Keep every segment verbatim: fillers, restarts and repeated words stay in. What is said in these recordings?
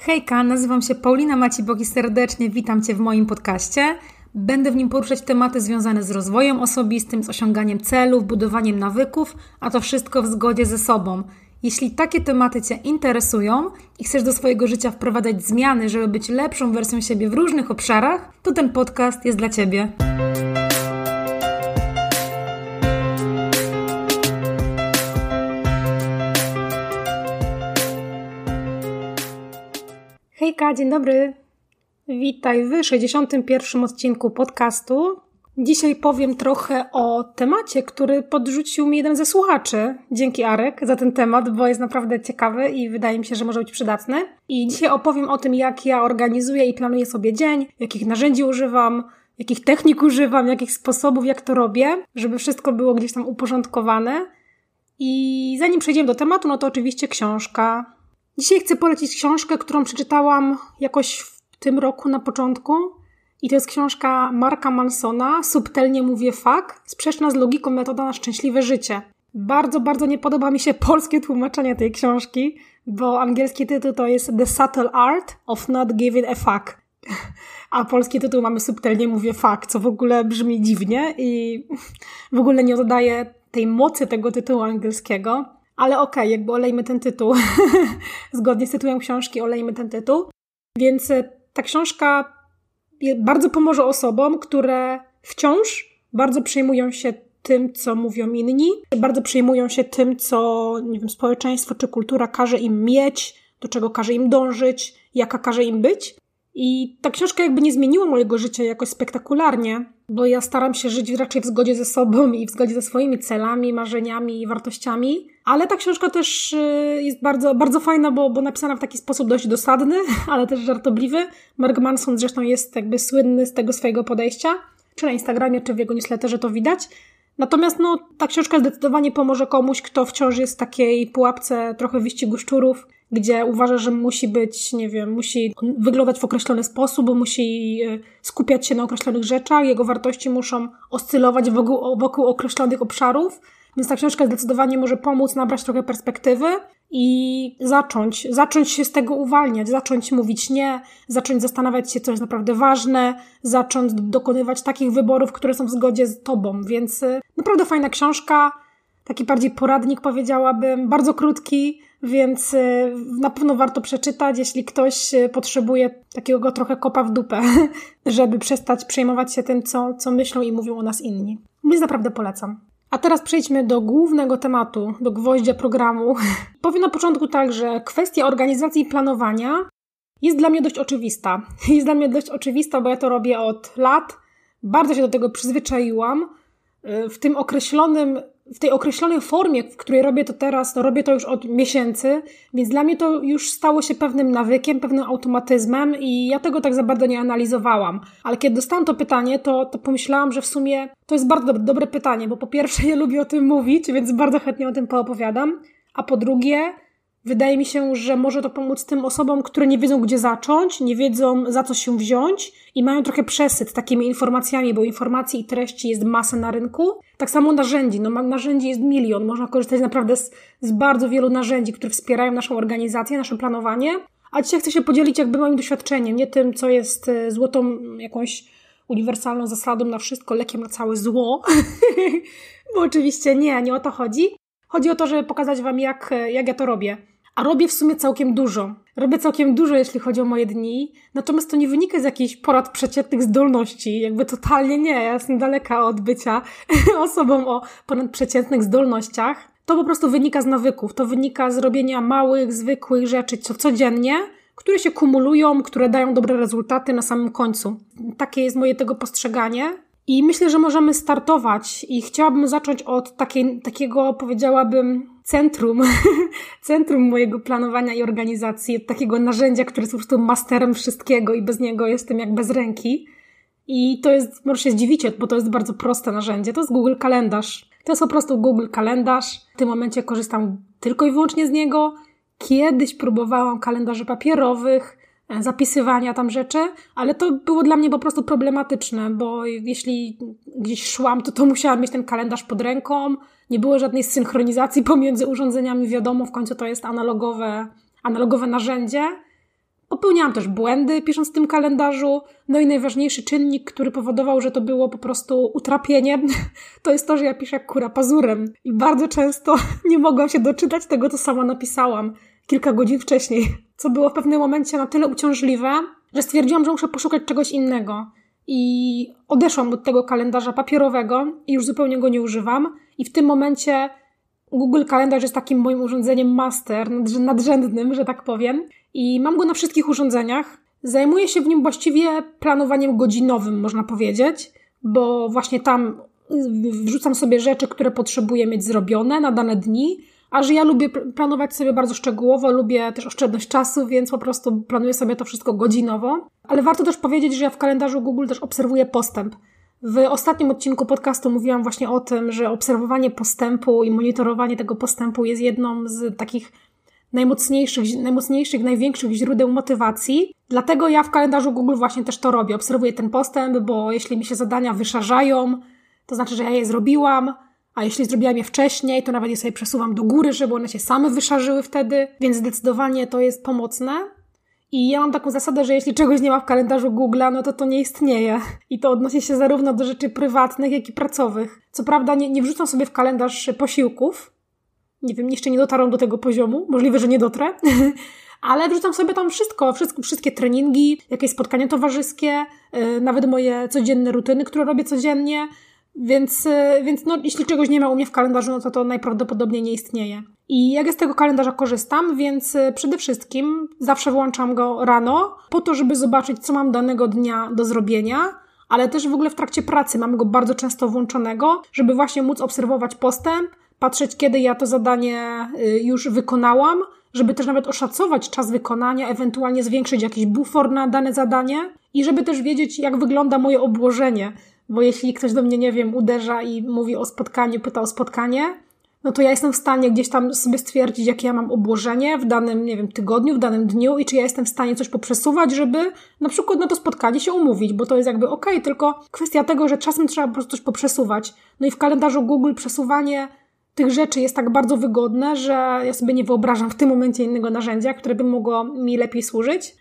Hejka, nazywam się Paulina Macibok i serdecznie witam Cię w moim podcaście. Będę w nim poruszać tematy związane z rozwojem osobistym, z osiąganiem celów, budowaniem nawyków, a to wszystko w zgodzie ze sobą. Jeśli takie tematy Cię interesują i chcesz do swojego życia wprowadzać zmiany, żeby być lepszą wersją siebie w różnych obszarach, to ten podcast jest dla Ciebie. Hejka, dzień dobry. Witaj w sześćdziesiątym pierwszym odcinku podcastu. Dzisiaj powiem trochę o temacie, który podrzucił mi jeden ze słuchaczy. Dzięki Arek za ten temat, bo jest naprawdę ciekawy i wydaje mi się, że może być przydatny. I dzisiaj opowiem o tym, jak ja organizuję i planuję sobie dzień, jakich narzędzi używam, jakich technik używam, jakich sposobów, jak to robię, żeby wszystko było gdzieś tam uporządkowane. I zanim przejdziemy do tematu, no to oczywiście książka. Dzisiaj chcę polecić książkę, którą przeczytałam jakoś w tym roku na początku. I to jest książka Marka Mansona, Subtelnie mówię fuck, sprzeczna z logiką metoda na szczęśliwe życie. Bardzo, bardzo nie podoba mi się polskie tłumaczenie tej książki, bo angielski tytuł to jest The Subtle Art of Not Giving a Fuck. A polski tytuł mamy Subtelnie mówię fuck, co w ogóle brzmi dziwnie i w ogóle nie oddaje tej mocy tego tytułu angielskiego. Ale okej, okay, jakby olejmy ten tytuł. Zgodnie z tytułem książki olejmy ten tytuł. Więc ta książka bardzo pomoże osobom, które wciąż bardzo przejmują się tym, co mówią inni. Bardzo przejmują się tym, co nie wiem, społeczeństwo czy kultura każe im mieć, do czego każe im dążyć, jaka każe im być. I ta książka jakby nie zmieniła mojego życia jakoś spektakularnie, bo ja staram się żyć raczej w zgodzie ze sobą i w zgodzie ze swoimi celami, marzeniami i wartościami. Ale ta książka też jest bardzo, bardzo fajna, bo, bo napisana w taki sposób dość dosadny, ale też żartobliwy. Mark Manson zresztą jest jakby słynny z tego swojego podejścia, czy na Instagramie, czy w jego newsletterze to widać. Natomiast no, ta książka zdecydowanie pomoże komuś, kto wciąż jest w takiej pułapce trochę wyścigu szczurów, gdzie uważa, że musi być, nie wiem, musi wyglądać w określony sposób, bo musi skupiać się na określonych rzeczach, jego wartości muszą oscylować wokół, wokół określonych obszarów, więc ta książka zdecydowanie może pomóc nabrać trochę perspektywy i zacząć, zacząć się z tego uwalniać, zacząć mówić nie, zacząć zastanawiać się, co jest naprawdę ważne, zacząć dokonywać takich wyborów, które są w zgodzie z tobą, więc naprawdę fajna książka, taki bardziej poradnik powiedziałabym, bardzo krótki, więc na pewno warto przeczytać, jeśli ktoś potrzebuje takiego trochę kopa w dupę, żeby przestać przejmować się tym, co, co myślą i mówią o nas inni. Więc naprawdę polecam. A teraz przejdźmy do głównego tematu, do gwoździa programu. Powiem na początku tak, że kwestia organizacji i planowania jest dla mnie dość oczywista. Jest dla mnie dość oczywista, bo ja to robię od lat. Bardzo się do tego przyzwyczaiłam. W tym określonym, w tej określonej formie, w której robię to teraz, no robię to już od miesięcy, więc dla mnie to już stało się pewnym nawykiem, pewnym automatyzmem i ja tego tak za bardzo nie analizowałam. Ale kiedy dostałam to pytanie, to, to pomyślałam, że w sumie to jest bardzo dobre, dobre pytanie, bo po pierwsze ja lubię o tym mówić, więc bardzo chętnie o tym poopowiadam, a po drugie wydaje mi się, że może to pomóc tym osobom, które nie wiedzą, gdzie zacząć, nie wiedzą, za co się wziąć i mają trochę przesyt takimi informacjami, bo informacji i treści jest masa na rynku. Tak samo narzędzi. No, narzędzi jest milion. Można korzystać naprawdę z, z bardzo wielu narzędzi, które wspierają naszą organizację, nasze planowanie. A dzisiaj chcę się podzielić jakby moim doświadczeniem, nie tym, co jest złotą jakąś uniwersalną zasadą na wszystko, lekiem na całe zło. Bo oczywiście nie, nie o to chodzi. Chodzi o to, żeby pokazać wam, jak, jak ja to robię. A robię w sumie całkiem dużo. Robię całkiem dużo, jeśli chodzi o moje dni, natomiast to nie wynika z jakichś porad przeciętnych zdolności. Jakby totalnie nie, ja jestem daleka od bycia osobą o ponadprzeciętnych zdolnościach. To po prostu wynika z nawyków, to wynika z robienia małych, zwykłych rzeczy co, codziennie, które się kumulują, które dają dobre rezultaty na samym końcu. Takie jest moje tego postrzeganie. I myślę, że możemy startować i chciałabym zacząć od takiej, takiego, powiedziałabym, centrum, centrum mojego planowania i organizacji, od takiego narzędzia, które jest po prostu masterem wszystkiego i bez niego jestem jak bez ręki. I to jest, może się zdziwicie, bo to jest bardzo proste narzędzie, to jest Google Kalendarz. To jest po prostu Google Kalendarz. W tym momencie korzystam tylko i wyłącznie z niego. Kiedyś próbowałam kalendarzy papierowych, zapisywania tam rzeczy, ale to było dla mnie po prostu problematyczne, bo jeśli gdzieś szłam, to to musiałam mieć ten kalendarz pod ręką, nie było żadnej synchronizacji pomiędzy urządzeniami, wiadomo, w końcu to jest analogowe, analogowe narzędzie. Popełniałam też błędy pisząc w tym kalendarzu. No i najważniejszy czynnik, który powodował, że to było po prostu utrapienie, to jest to, że ja piszę jak kura pazurem. I bardzo często nie mogłam się doczytać tego, co sama napisałam kilka godzin wcześniej. Co było w pewnym momencie na tyle uciążliwe, że stwierdziłam, że muszę poszukać czegoś innego. I odeszłam od tego kalendarza papierowego i już zupełnie go nie używam. I w tym momencie Google Kalendarz jest takim moim urządzeniem master, nadrzędnym, że tak powiem. I mam go na wszystkich urządzeniach. Zajmuję się w nim właściwie planowaniem godzinowym, można powiedzieć, bo właśnie tam wrzucam sobie rzeczy, które potrzebuję mieć zrobione na dane dni, a że ja lubię planować sobie bardzo szczegółowo, lubię też oszczędność czasu, więc po prostu planuję sobie to wszystko godzinowo. Ale warto też powiedzieć, że ja w kalendarzu Google też obserwuję postęp. W ostatnim odcinku podcastu mówiłam właśnie o tym, że obserwowanie postępu i monitorowanie tego postępu jest jedną z takich najmocniejszych, najmocniejszych, największych źródeł motywacji. Dlatego ja w kalendarzu Google właśnie też to robię. Obserwuję ten postęp, bo jeśli mi się zadania wyszarzają, to znaczy, że ja je zrobiłam, a jeśli zrobiłam je wcześniej, to nawet je sobie przesuwam do góry, żeby one się same wyszarzyły wtedy, więc zdecydowanie to jest pomocne. I ja mam taką zasadę, że jeśli czegoś nie ma w kalendarzu Google'a, no to to nie istnieje. I to odnosi się zarówno do rzeczy prywatnych, jak i pracowych. Co prawda nie, nie wrzucam sobie w kalendarz posiłków. Nie wiem, jeszcze nie dotarłam do tego poziomu. Możliwe, że nie dotrę. Ale wrzucam sobie tam wszystko, wszystko, wszystkie treningi, jakieś spotkania towarzyskie, yy, nawet moje codzienne rutyny, które robię codziennie. Więc, yy, więc no, jeśli czegoś nie ma u mnie w kalendarzu, no to to najprawdopodobniej nie istnieje. I jak ja z tego kalendarza korzystam, więc przede wszystkim zawsze włączam go rano po to, żeby zobaczyć, co mam danego dnia do zrobienia, ale też w ogóle w trakcie pracy mam go bardzo często włączonego, żeby właśnie móc obserwować postęp, patrzeć, kiedy ja to zadanie już wykonałam, żeby też nawet oszacować czas wykonania, ewentualnie zwiększyć jakiś bufor na dane zadanie i żeby też wiedzieć, jak wygląda moje obłożenie, bo jeśli ktoś do mnie, nie wiem, uderza i mówi o spotkaniu, pyta o spotkanie, no to ja jestem w stanie gdzieś tam sobie stwierdzić, jakie ja mam obłożenie w danym, nie wiem, tygodniu, w danym dniu i czy ja jestem w stanie coś poprzesuwać, żeby na przykład na to spotkanie się umówić, bo to jest jakby okej, okay, tylko kwestia tego, że czasem trzeba po prostu coś poprzesuwać. No i w kalendarzu Google przesuwanie tych rzeczy jest tak bardzo wygodne, że ja sobie nie wyobrażam w tym momencie innego narzędzia, które by mogło mi lepiej służyć.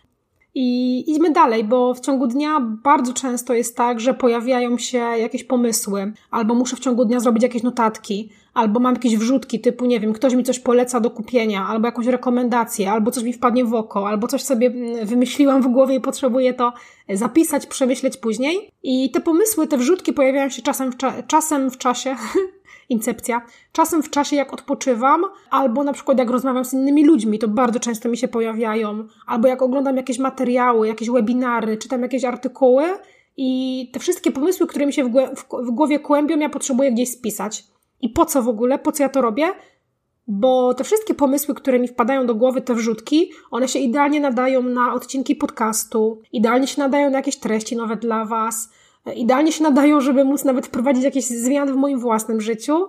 I idźmy dalej, bo w ciągu dnia bardzo często jest tak, że pojawiają się jakieś pomysły, albo muszę w ciągu dnia zrobić jakieś notatki, albo mam jakieś wrzutki typu, nie wiem, ktoś mi coś poleca do kupienia, albo jakąś rekomendację, albo coś mi wpadnie w oko, albo coś sobie wymyśliłam w głowie i potrzebuję to zapisać, przemyśleć później. I te pomysły, te wrzutki pojawiają się czasem w, cza- czasem w czasie... Incepcja. Czasem w czasie, jak odpoczywam, albo na przykład jak rozmawiam z innymi ludźmi, to bardzo często mi się pojawiają, albo jak oglądam jakieś materiały, jakieś webinary, czytam jakieś artykuły i te wszystkie pomysły, które mi się w, głę- w głowie kłębią, ja potrzebuję gdzieś spisać. I po co w ogóle? Po co ja to robię? Bo te wszystkie pomysły, które mi wpadają do głowy, te wrzutki, one się idealnie nadają na odcinki podcastu, idealnie się nadają na jakieś treści nowe dla Was, idealnie się nadają, żeby móc nawet wprowadzić jakieś zmiany w moim własnym życiu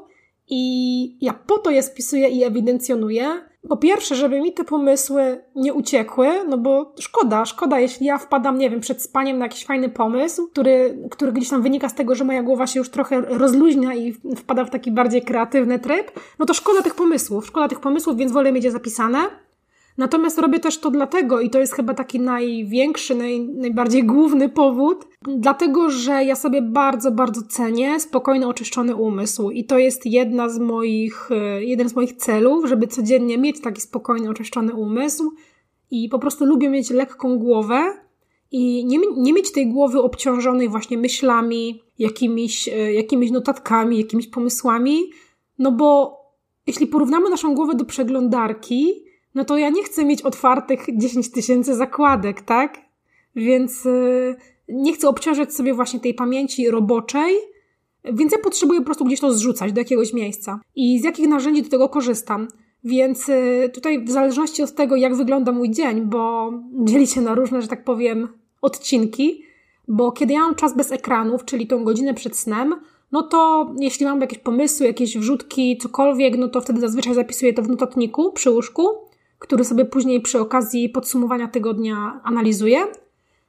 i ja po to je spisuję i ewidencjonuję. Po pierwsze, żeby mi te pomysły nie uciekły, no bo szkoda, szkoda, jeśli ja wpadam, nie wiem, przed spaniem na jakiś fajny pomysł, który, który gdzieś tam wynika z tego, że moja głowa się już trochę rozluźnia i wpada w taki bardziej kreatywny tryb, no to szkoda tych pomysłów, szkoda tych pomysłów, więc wolę mieć je zapisane. Natomiast robię też to dlatego, i to jest chyba taki największy, naj, najbardziej główny powód, dlatego, że ja sobie bardzo, bardzo cenię spokojny, oczyszczony umysł i to jest jedna z moich, jeden z moich celów, żeby codziennie mieć taki spokojny, oczyszczony umysł i po prostu lubię mieć lekką głowę i nie, nie mieć tej głowy obciążonej właśnie myślami, jakimiś, jakimiś notatkami, jakimiś pomysłami, no bo jeśli porównamy naszą głowę do przeglądarki, no to ja nie chcę mieć otwartych dziesięć tysięcy zakładek, tak? Więc yy, nie chcę obciążać sobie właśnie tej pamięci roboczej, więc ja potrzebuję po prostu gdzieś to zrzucać do jakiegoś miejsca. I z jakich narzędzi do tego korzystam? Więc yy, tutaj w zależności od tego, jak wygląda mój dzień, bo dzieli się na różne, że tak powiem, odcinki, bo kiedy ja mam czas bez ekranów, czyli tą godzinę przed snem, no to jeśli mam jakieś pomysły, jakieś wrzutki, cokolwiek, no to wtedy zazwyczaj zapisuję to w notatniku przy łóżku, który sobie później przy okazji podsumowania tygodnia analizuję.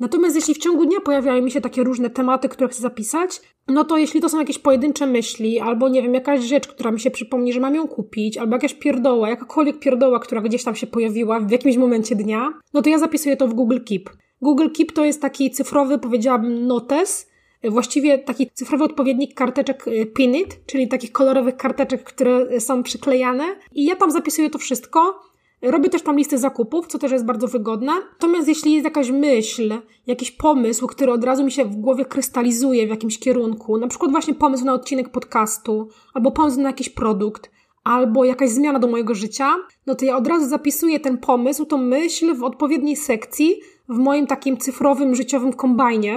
Natomiast jeśli w ciągu dnia pojawiają mi się takie różne tematy, które chcę zapisać, no to jeśli to są jakieś pojedyncze myśli, albo nie wiem, jakaś rzecz, która mi się przypomni, że mam ją kupić, albo jakaś pierdoła, jakakolwiek pierdoła, która gdzieś tam się pojawiła w jakimś momencie dnia, no to ja zapisuję to w Google Keep. Google Keep to jest taki cyfrowy, powiedziałabym, notes, właściwie taki cyfrowy odpowiednik karteczek Pinit, czyli takich kolorowych karteczek, które są przyklejane. I ja tam zapisuję to wszystko. Robię też tam listy zakupów, co też jest bardzo wygodne. Natomiast jeśli jest jakaś myśl, jakiś pomysł, który od razu mi się w głowie krystalizuje w jakimś kierunku, na przykład właśnie pomysł na odcinek podcastu, albo pomysł na jakiś produkt, albo jakaś zmiana do mojego życia, no to ja od razu zapisuję ten pomysł, tą myśl w odpowiedniej sekcji w moim takim cyfrowym, życiowym kombajnie.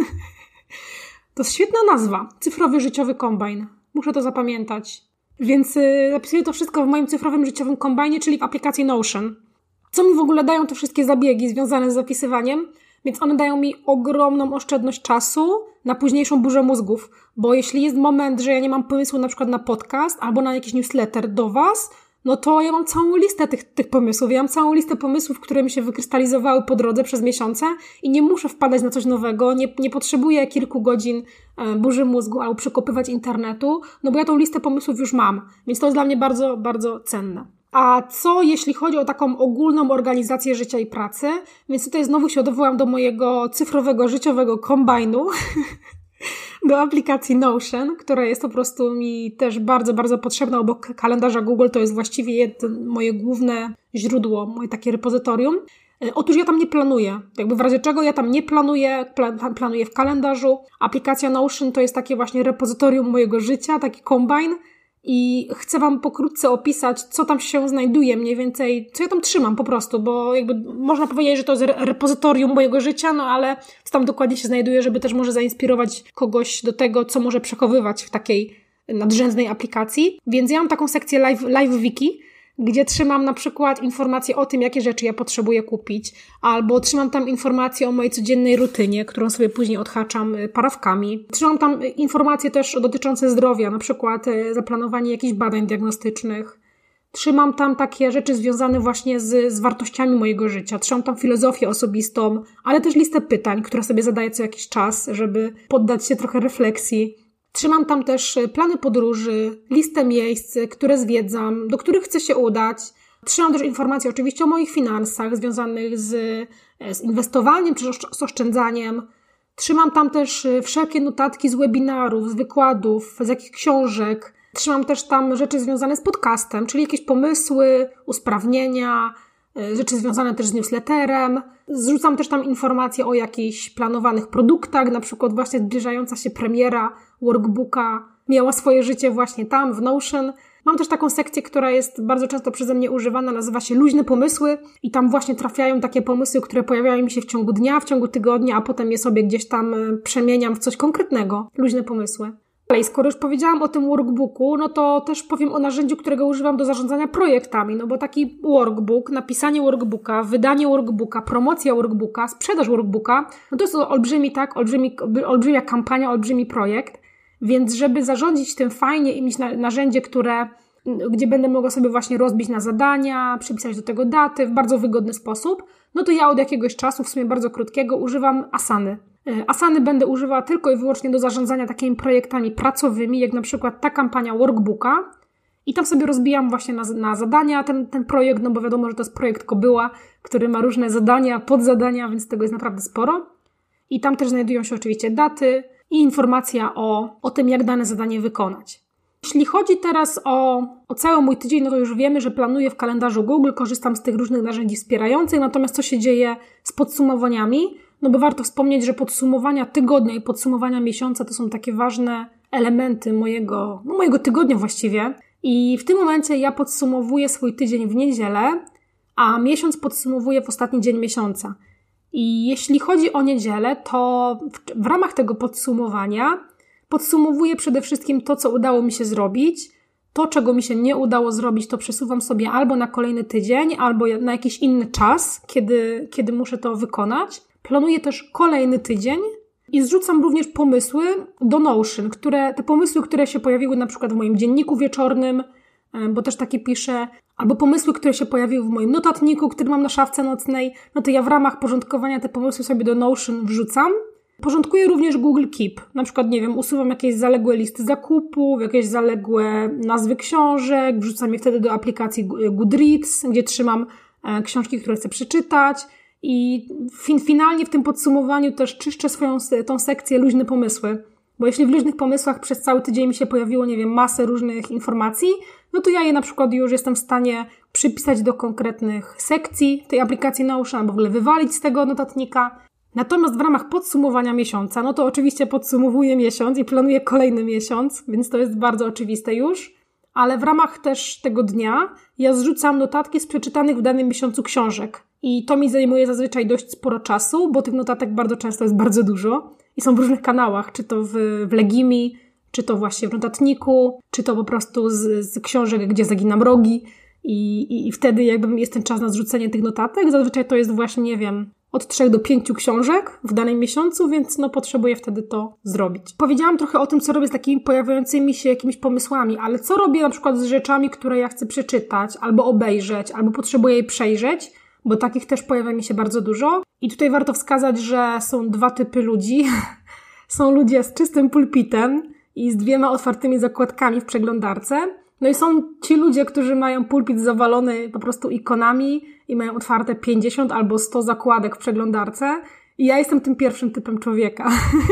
To jest świetna nazwa. Cyfrowy, życiowy kombajn. Muszę to zapamiętać. Więc yy, zapisuję to wszystko w moim cyfrowym, życiowym kombajnie, czyli w aplikacji Notion. Co mi w ogóle dają te wszystkie zabiegi związane z zapisywaniem? Więc one dają mi ogromną oszczędność czasu na późniejszą burzę mózgów. Bo jeśli jest moment, że ja nie mam pomysłu na przykład na podcast albo na jakiś newsletter do Was, no to ja mam całą listę tych, tych pomysłów. Ja mam całą listę pomysłów, które mi się wykrystalizowały po drodze przez miesiące i nie muszę wpadać na coś nowego, nie, nie potrzebuję kilku godzin e, burzy mózgu albo przekopywać internetu, no bo ja tą listę pomysłów już mam. Więc to jest dla mnie bardzo, bardzo cenne. A co jeśli chodzi o taką ogólną organizację życia i pracy? Więc tutaj znowu się odwołam do mojego cyfrowego, życiowego kombajnu, do aplikacji Notion, która jest po prostu mi też bardzo, bardzo potrzebna obok kalendarza Google. To jest właściwie jedno, moje główne źródło, moje takie repozytorium. Otóż ja tam nie planuję. Jakby w razie czego ja tam nie planuję, plan, planuję w kalendarzu. Aplikacja Notion to jest takie właśnie repozytorium mojego życia, taki kombajn. I chcę Wam pokrótce opisać, co tam się znajduje mniej więcej, co ja tam trzymam po prostu, bo jakby można powiedzieć, że to jest repozytorium mojego życia, no ale co tam dokładnie się znajduje, żeby też może zainspirować kogoś do tego, co może przechowywać w takiej nadrzędnej aplikacji. Więc ja mam taką sekcję live, live wiki, gdzie trzymam na przykład informacje o tym, jakie rzeczy ja potrzebuję kupić, albo trzymam tam informacje o mojej codziennej rutynie, którą sobie później odhaczam parafkami. Trzymam tam informacje też dotyczące zdrowia, na przykład zaplanowanie jakichś badań diagnostycznych. Trzymam tam takie rzeczy związane właśnie z, z wartościami mojego życia. Trzymam tam filozofię osobistą, ale też listę pytań, które sobie zadaję co jakiś czas, żeby poddać się trochę refleksji. Trzymam tam też plany podróży, listę miejsc, które zwiedzam, do których chcę się udać. Trzymam też informacje oczywiście o moich finansach związanych z, z inwestowaniem czy z oszczędzaniem. Trzymam tam też wszelkie notatki z webinarów, z wykładów, z jakichś książek. Trzymam też tam rzeczy związane z podcastem, czyli jakieś pomysły, usprawnienia, rzeczy związane też z newsletterem. Zrzucam też tam informacje o jakichś planowanych produktach, na przykład właśnie zbliżająca się premiera workbooka miała swoje życie właśnie tam, w Notion. Mam też taką sekcję, która jest bardzo często przeze mnie używana, nazywa się luźne pomysły i tam właśnie trafiają takie pomysły, które pojawiają mi się w ciągu dnia, w ciągu tygodnia, a potem je sobie gdzieś tam przemieniam w coś konkretnego. Luźne pomysły. Dalej, skoro już powiedziałam o tym workbooku, no to też powiem o narzędziu, którego używam do zarządzania projektami, no bo taki workbook, napisanie workbooka, wydanie workbooka, promocja workbooka, sprzedaż workbooka, no to jest olbrzymi, tak, olbrzymi, olbrzymia kampania, olbrzymi projekt, więc żeby zarządzić tym fajnie i mieć na, narzędzie, które, gdzie będę mogła sobie właśnie rozbić na zadania, przypisać do tego daty w bardzo wygodny sposób, no to ja od jakiegoś czasu, w sumie bardzo krótkiego, używam Asany. Asany będę używała tylko i wyłącznie do zarządzania takimi projektami pracowymi, jak na przykład ta kampania workbooka i tam sobie rozbijam właśnie na, na zadania ten, ten projekt, no bo wiadomo, że to jest projekt Kobyła, który ma różne zadania, podzadania, więc tego jest naprawdę sporo. I tam też znajdują się oczywiście daty i informacja o, o tym, jak dane zadanie wykonać. Jeśli chodzi teraz o, o cały mój tydzień, no to już wiemy, że planuję w kalendarzu Google, korzystam z tych różnych narzędzi wspierających, natomiast co się dzieje z podsumowaniami? No bo warto wspomnieć, że podsumowania tygodnia i podsumowania miesiąca to są takie ważne elementy mojego, no mojego tygodnia właściwie. I w tym momencie ja podsumowuję swój tydzień w niedzielę, a miesiąc podsumowuję w ostatni dzień miesiąca. I jeśli chodzi o niedzielę, to w, w ramach tego podsumowania podsumowuję przede wszystkim to, co udało mi się zrobić. To, czego mi się nie udało zrobić, to przesuwam sobie albo na kolejny tydzień, albo na jakiś inny czas, kiedy, kiedy muszę to wykonać. Planuję też kolejny tydzień i zrzucam również pomysły do Notion, które, te pomysły, które się pojawiły na przykład w moim dzienniku wieczornym, bo też takie piszę, albo pomysły, które się pojawiły w moim notatniku, który mam na szafce nocnej, no to ja w ramach porządkowania te pomysły sobie do Notion wrzucam. Porządkuję również Google Keep. Na przykład, nie wiem, usuwam jakieś zaległe listy zakupów, jakieś zaległe nazwy książek, wrzucam je wtedy do aplikacji Goodreads, gdzie trzymam książki, które chcę przeczytać i fin- finalnie w tym podsumowaniu też czyszczę swoją tą sekcję luźne pomysły. Bo jeśli w luźnych pomysłach przez cały tydzień mi się pojawiło, nie wiem, masę różnych informacji, no to ja je na przykład już jestem w stanie przypisać do konkretnych sekcji tej aplikacji Notion, albo w ogóle wywalić z tego notatnika. Natomiast w ramach podsumowania miesiąca, no to oczywiście podsumowuję miesiąc i planuję kolejny miesiąc, więc to jest bardzo oczywiste już, ale w ramach też tego dnia ja zrzucam notatki z przeczytanych w danym miesiącu książek i to mi zajmuje zazwyczaj dość sporo czasu, bo tych notatek bardzo często jest bardzo dużo i są w różnych kanałach, czy to w, w Legimi, czy to właśnie w notatniku, czy to po prostu z, z książek, gdzie zaginam rogi i, i, i wtedy jakby jest ten czas na zrzucenie tych notatek. Zazwyczaj to jest właśnie, nie wiem, od trzech do pięciu książek w danym miesiącu, więc no potrzebuję wtedy to zrobić. Powiedziałam trochę o tym, co robię z takimi pojawiającymi się jakimiś pomysłami, ale co robię na przykład z rzeczami, które ja chcę przeczytać, albo obejrzeć, albo potrzebuję je przejrzeć, bo takich też pojawia mi się bardzo dużo. I tutaj warto wskazać, że są dwa typy ludzi. Są ludzie z czystym pulpitem i z dwiema otwartymi zakładkami w przeglądarce. No i są ci ludzie, którzy mają pulpit zawalony po prostu ikonami i mają otwarte pięćdziesiąt albo sto zakładek w przeglądarce. I ja jestem tym pierwszym typem człowieka.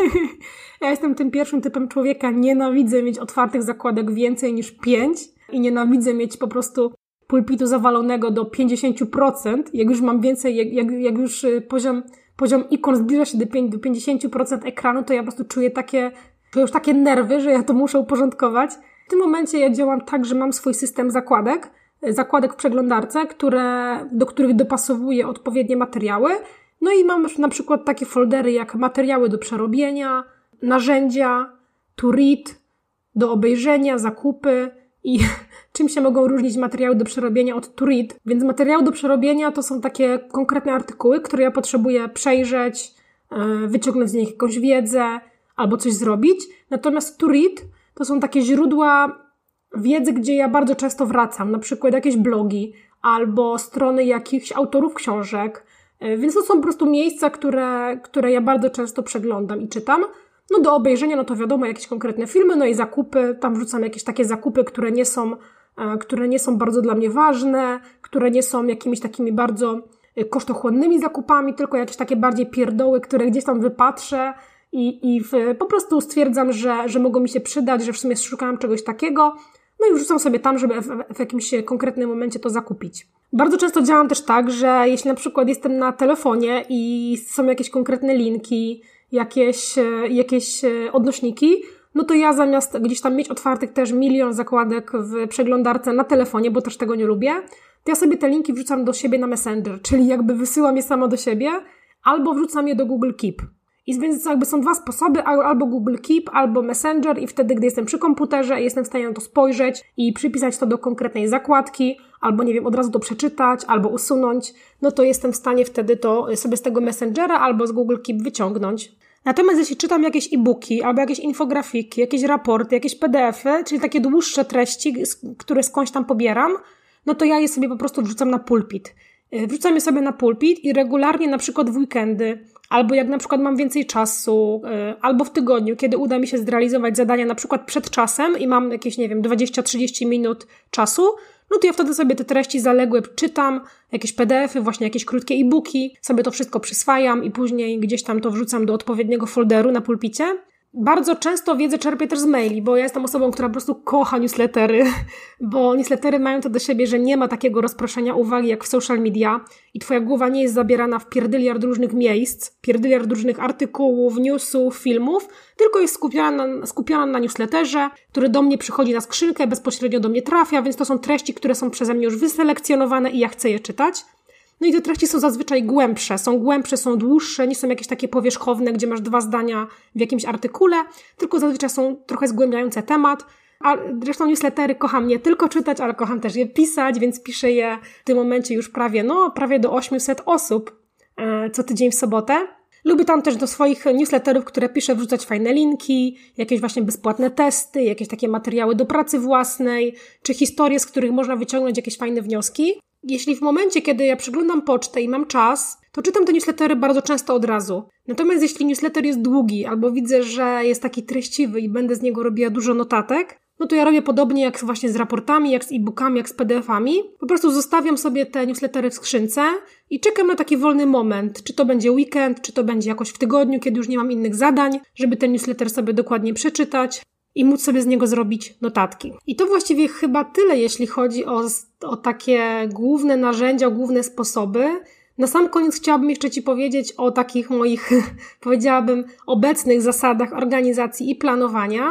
Ja jestem tym pierwszym typem człowieka. Nienawidzę mieć otwartych zakładek więcej niż pięć i nienawidzę mieć po prostu pulpitu zawalonego do pięćdziesiąt procent. Jak już mam więcej, jak, jak, jak już poziom, poziom ikon zbliża się do pięćdziesiąt procent ekranu, to ja po prostu czuję takie, czuję już takie nerwy, że ja to muszę uporządkować. W tym momencie ja działam tak, że mam swój system zakładek, zakładek w przeglądarce, które, do których dopasowuję odpowiednie materiały. No i mam na przykład takie foldery jak materiały do przerobienia, narzędzia, to read, do obejrzenia, zakupy i czym się mogą różnić materiały do przerobienia od to read. Więc materiały do przerobienia to są takie konkretne artykuły, które ja potrzebuję przejrzeć, wyciągnąć z nich jakąś wiedzę albo coś zrobić. Natomiast to read to są takie źródła wiedzy, gdzie ja bardzo często wracam, na przykład jakieś blogi albo strony jakichś autorów książek, więc to są po prostu miejsca, które, które ja bardzo często przeglądam i czytam. No do obejrzenia, no to wiadomo, jakieś konkretne filmy, no i zakupy, tam wrzucam jakieś takie zakupy, które nie są, które nie są bardzo dla mnie ważne, które nie są jakimiś takimi bardzo kosztochłonnymi zakupami, tylko jakieś takie bardziej pierdoły, które gdzieś tam wypatrzę, I, i w, po prostu stwierdzam, że, że mogą mi się przydać, że w sumie szukałam czegoś takiego, no i wrzucam sobie tam, żeby w, w jakimś konkretnym momencie to zakupić. Bardzo często działam też tak, że jeśli na przykład jestem na telefonie i są jakieś konkretne linki, jakieś, jakieś odnośniki, no to ja zamiast gdzieś tam mieć otwartych też milion zakładek w przeglądarce na telefonie, bo też tego nie lubię, to ja sobie te linki wrzucam do siebie na Messenger, czyli jakby wysyłam je samo do siebie, albo wrzucam je do Google Keep. I więc jakby są dwa sposoby, albo Google Keep, albo Messenger i wtedy, gdy jestem przy komputerze, jestem w stanie na to spojrzeć i przypisać to do konkretnej zakładki, albo nie wiem, od razu to przeczytać, albo usunąć, no to jestem w stanie wtedy to sobie z tego Messengera albo z Google Keep wyciągnąć. Natomiast jeśli czytam jakieś e-booki, albo jakieś infografiki, jakieś raporty, jakieś P D F-y, czyli takie dłuższe treści, które skądś tam pobieram, no to ja je sobie po prostu wrzucam na pulpit. Wrzucam je sobie na pulpit i regularnie na przykład w weekendy, albo jak na przykład mam więcej czasu, albo w tygodniu, kiedy uda mi się zrealizować zadania na przykład przed czasem i mam jakieś, nie wiem, dwadzieścia trzydzieści minut czasu, no to ja wtedy sobie te treści zaległe czytam, jakieś P D F-y, właśnie jakieś krótkie e-booki, sobie to wszystko przyswajam i później gdzieś tam to wrzucam do odpowiedniego folderu na pulpicie. Bardzo często wiedzę czerpię też z maili, bo ja jestem osobą, która po prostu kocha newslettery, bo newslettery mają to do siebie, że nie ma takiego rozproszenia uwagi jak w social media i twoja głowa nie jest zabierana w pierdyliard różnych miejsc, pierdyliard różnych artykułów, newsów, filmów, tylko jest skupiona na, skupiona na newsletterze, który do mnie przychodzi na skrzynkę, bezpośrednio do mnie trafia, więc to są treści, które są przeze mnie już wyselekcjonowane i ja chcę je czytać. No i te treści są zazwyczaj głębsze, są głębsze, są dłuższe, nie są jakieś takie powierzchowne, gdzie masz dwa zdania w jakimś artykule, tylko zazwyczaj są trochę zgłębiające temat. A zresztą newslettery kocham nie tylko czytać, ale kocham też je pisać, więc piszę je w tym momencie już prawie, no, prawie do osiemset osób e, co tydzień w sobotę. Lubię tam też do swoich newsletterów, które piszę, wrzucać fajne linki, jakieś właśnie bezpłatne testy, jakieś takie materiały do pracy własnej, czy historie, z których można wyciągnąć jakieś fajne wnioski. Jeśli w momencie, kiedy ja przeglądam pocztę i mam czas, to czytam te newslettery bardzo często od razu. Natomiast jeśli newsletter jest długi, albo widzę, że jest taki treściwy i będę z niego robiła dużo notatek, no to ja robię podobnie jak właśnie z raportami, jak z e-bookami, jak z P D F-ami. Po prostu zostawiam sobie te newslettery w skrzynce i czekam na taki wolny moment, czy to będzie weekend, czy to będzie jakoś w tygodniu, kiedy już nie mam innych zadań, żeby ten newsletter sobie dokładnie przeczytać i móc sobie z niego zrobić notatki. I to właściwie chyba tyle, jeśli chodzi o, o takie główne narzędzia, o główne sposoby. Na sam koniec chciałabym jeszcze Ci powiedzieć o takich moich, powiedziałabym, obecnych zasadach organizacji i planowania.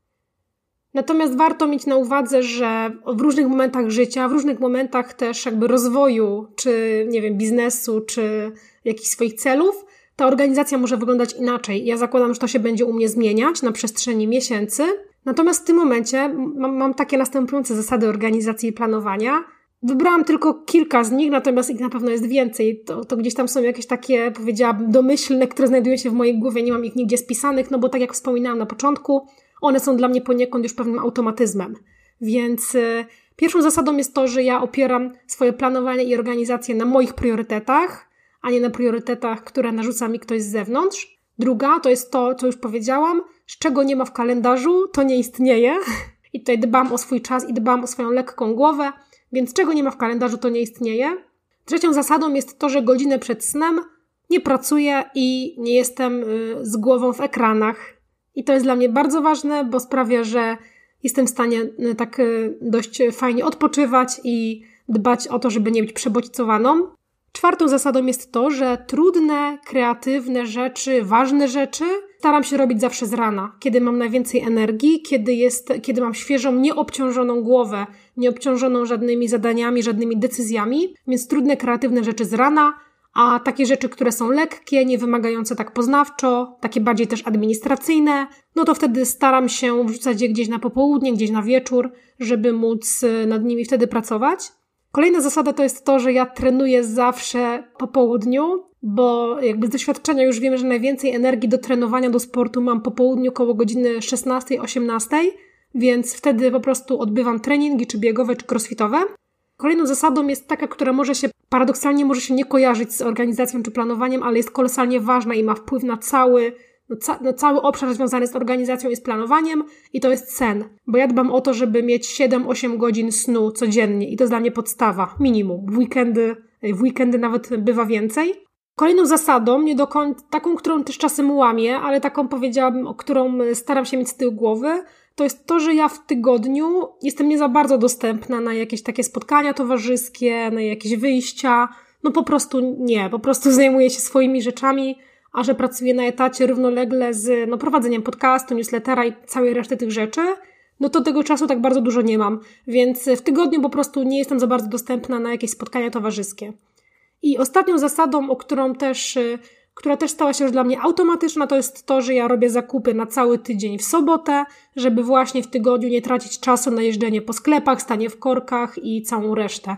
Natomiast warto mieć na uwadze, że w różnych momentach życia, w różnych momentach też jakby rozwoju, czy nie wiem, biznesu, czy jakichś swoich celów, ta organizacja może wyglądać inaczej. Ja zakładam, że to się będzie u mnie zmieniać na przestrzeni miesięcy. Natomiast w tym momencie mam, mam takie następujące zasady organizacji i planowania. Wybrałam tylko kilka z nich, natomiast ich na pewno jest więcej. To, to gdzieś tam są jakieś takie, powiedziałabym, domyślne, które znajdują się w mojej głowie. Nie mam ich nigdzie spisanych, no bo tak jak wspominałam na początku, one są dla mnie poniekąd już pewnym automatyzmem. Więc y, pierwszą zasadą jest to, że ja opieram swoje planowanie i organizację na moich priorytetach, a nie na priorytetach, które narzuca mi ktoś z zewnątrz. Druga to jest to, co już powiedziałam, z czego nie ma w kalendarzu, to nie istnieje. I tutaj dbam o swój czas i dbam o swoją lekką głowę, więc czego nie ma w kalendarzu, to nie istnieje. Trzecią zasadą jest to, że godzinę przed snem nie pracuję i nie jestem y, z głową w ekranach. I to jest dla mnie bardzo ważne, bo sprawia, że jestem w stanie tak dość fajnie odpoczywać i dbać o to, żeby nie być przebodźcowaną. Czwartą zasadą jest to, że trudne, kreatywne rzeczy, ważne rzeczy staram się robić zawsze z rana, kiedy mam najwięcej energii, kiedy, jest, kiedy mam świeżą, nieobciążoną głowę, nieobciążoną żadnymi zadaniami, żadnymi decyzjami, więc trudne, kreatywne rzeczy z rana, a takie rzeczy, które są lekkie, nie wymagające tak poznawczo, takie bardziej też administracyjne, no to wtedy staram się wrzucać je gdzieś na popołudnie, gdzieś na wieczór, żeby móc nad nimi wtedy pracować. Kolejna zasada to jest to, że ja trenuję zawsze po południu, bo jakby z doświadczenia już wiemy, że najwięcej energii do trenowania, do sportu mam po południu koło godziny szesnastej osiemnastej, więc wtedy po prostu odbywam treningi, czy biegowe, czy crossfitowe. Kolejną zasadą jest taka, która może się paradoksalnie może się nie kojarzyć z organizacją czy planowaniem, ale jest kolosalnie ważna i ma wpływ na cały, na, ca- na cały obszar związany z organizacją i z planowaniem, i to jest sen. Bo ja dbam o to, żeby mieć siedem osiem godzin snu codziennie i to jest dla mnie podstawa, minimum. W weekendy, w weekendy nawet bywa więcej. Kolejną zasadą, nie do końca, taką, którą też czasem łamię, ale taką powiedziałabym, o którą staram się mieć z tyłu głowy, to jest to, że ja w tygodniu jestem nie za bardzo dostępna na jakieś takie spotkania towarzyskie, na jakieś wyjścia. No po prostu nie, po prostu zajmuję się swoimi rzeczami, a że pracuję na etacie równolegle z no, prowadzeniem podcastu, newslettera i całej reszty tych rzeczy, no to tego czasu tak bardzo dużo nie mam. Więc w tygodniu po prostu nie jestem za bardzo dostępna na jakieś spotkania towarzyskie. I ostatnią zasadą, o którą też, która też stała się już dla mnie automatyczna, to jest to, że ja robię zakupy na cały tydzień w sobotę, żeby właśnie w tygodniu nie tracić czasu na jeżdżenie po sklepach, stanie w korkach i całą resztę.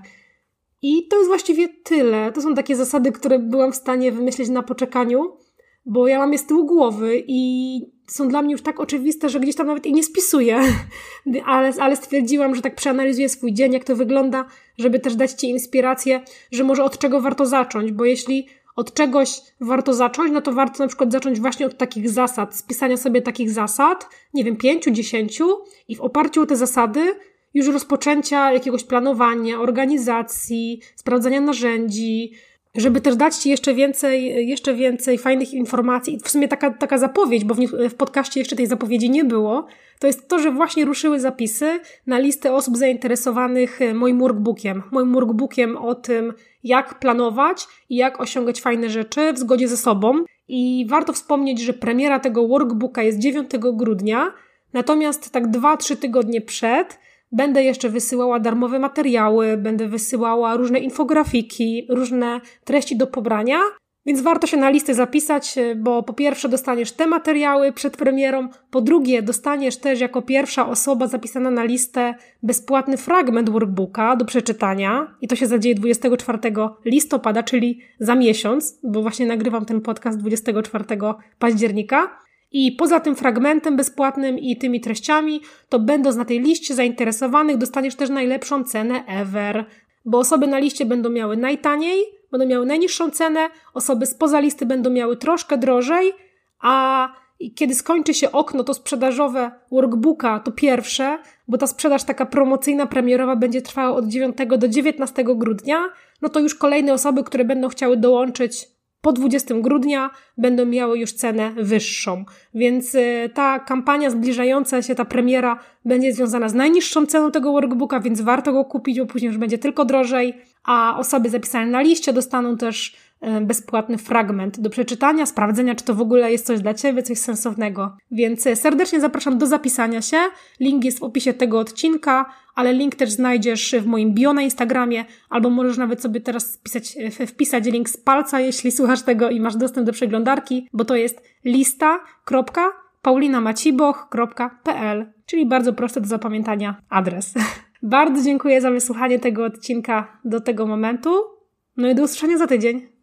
I to jest właściwie tyle. To są takie zasady, które byłam w stanie wymyślić na poczekaniu, bo ja mam je z tyłu głowy i są dla mnie już tak oczywiste, że gdzieś tam nawet ich nie spisuję, ale, ale stwierdziłam, że tak przeanalizuję swój dzień, jak to wygląda, żeby też dać Ci inspirację, że może od czego warto zacząć, bo jeśli od czegoś warto zacząć, no to warto na przykład zacząć właśnie od takich zasad, spisania sobie takich zasad, nie wiem, pięciu, dziesięciu i w oparciu o te zasady już rozpoczęcia jakiegoś planowania, organizacji, sprawdzania narzędzi, żeby też dać Ci jeszcze więcej, jeszcze więcej fajnych informacji. W sumie taka, taka zapowiedź, bo w, w podcaście jeszcze tej zapowiedzi nie było, to jest to, że właśnie ruszyły zapisy na listę osób zainteresowanych moim workbookiem. Moim workbookiem o tym, jak planować i jak osiągać fajne rzeczy w zgodzie ze sobą. I warto wspomnieć, że premiera tego workbooka jest dziewiątego grudnia, natomiast tak dwa trzy tygodnie przed będę jeszcze wysyłała darmowe materiały, będę wysyłała różne infografiki, różne treści do pobrania Więc warto się na listę zapisać, bo po pierwsze dostaniesz te materiały przed premierą, po drugie dostaniesz też jako pierwsza osoba zapisana na listę bezpłatny fragment workbooka do przeczytania i to się zadzieje dwudziestego czwartego listopada, czyli za miesiąc, bo właśnie nagrywam ten podcast dwudziestego czwartego października. I poza tym fragmentem bezpłatnym i tymi treściami, to będąc na tej liście zainteresowanych dostaniesz też najlepszą cenę ever, bo osoby na liście będą miały najtaniej, będą miały najniższą cenę, osoby spoza listy będą miały troszkę drożej, a kiedy skończy się okno to sprzedażowe workbooka, to pierwsze, bo ta sprzedaż taka promocyjna, premierowa będzie trwała od dziewiątego do dziewiętnastego grudnia, no to już kolejne osoby, które będą chciały dołączyć po dwudziestego grudnia będą miały już cenę wyższą. Więc ta kampania zbliżająca się, ta premiera będzie związana z najniższą ceną tego workbooka, więc warto go kupić, bo później już będzie tylko drożej, a osoby zapisane na liście dostaną też bezpłatny fragment do przeczytania, sprawdzenia, czy to w ogóle jest coś dla Ciebie, coś sensownego. Więc serdecznie zapraszam do zapisania się. Link jest w opisie tego odcinka, ale link też znajdziesz w moim bio na Instagramie, albo możesz nawet sobie teraz wpisać, wpisać link z palca, jeśli słuchasz tego i masz dostęp do przeglądarki, bo to jest lista kropka paulina maciboch kropka p l, czyli bardzo prosty do zapamiętania adres. Bardzo dziękuję za wysłuchanie tego odcinka do tego momentu. No i do usłyszenia za tydzień.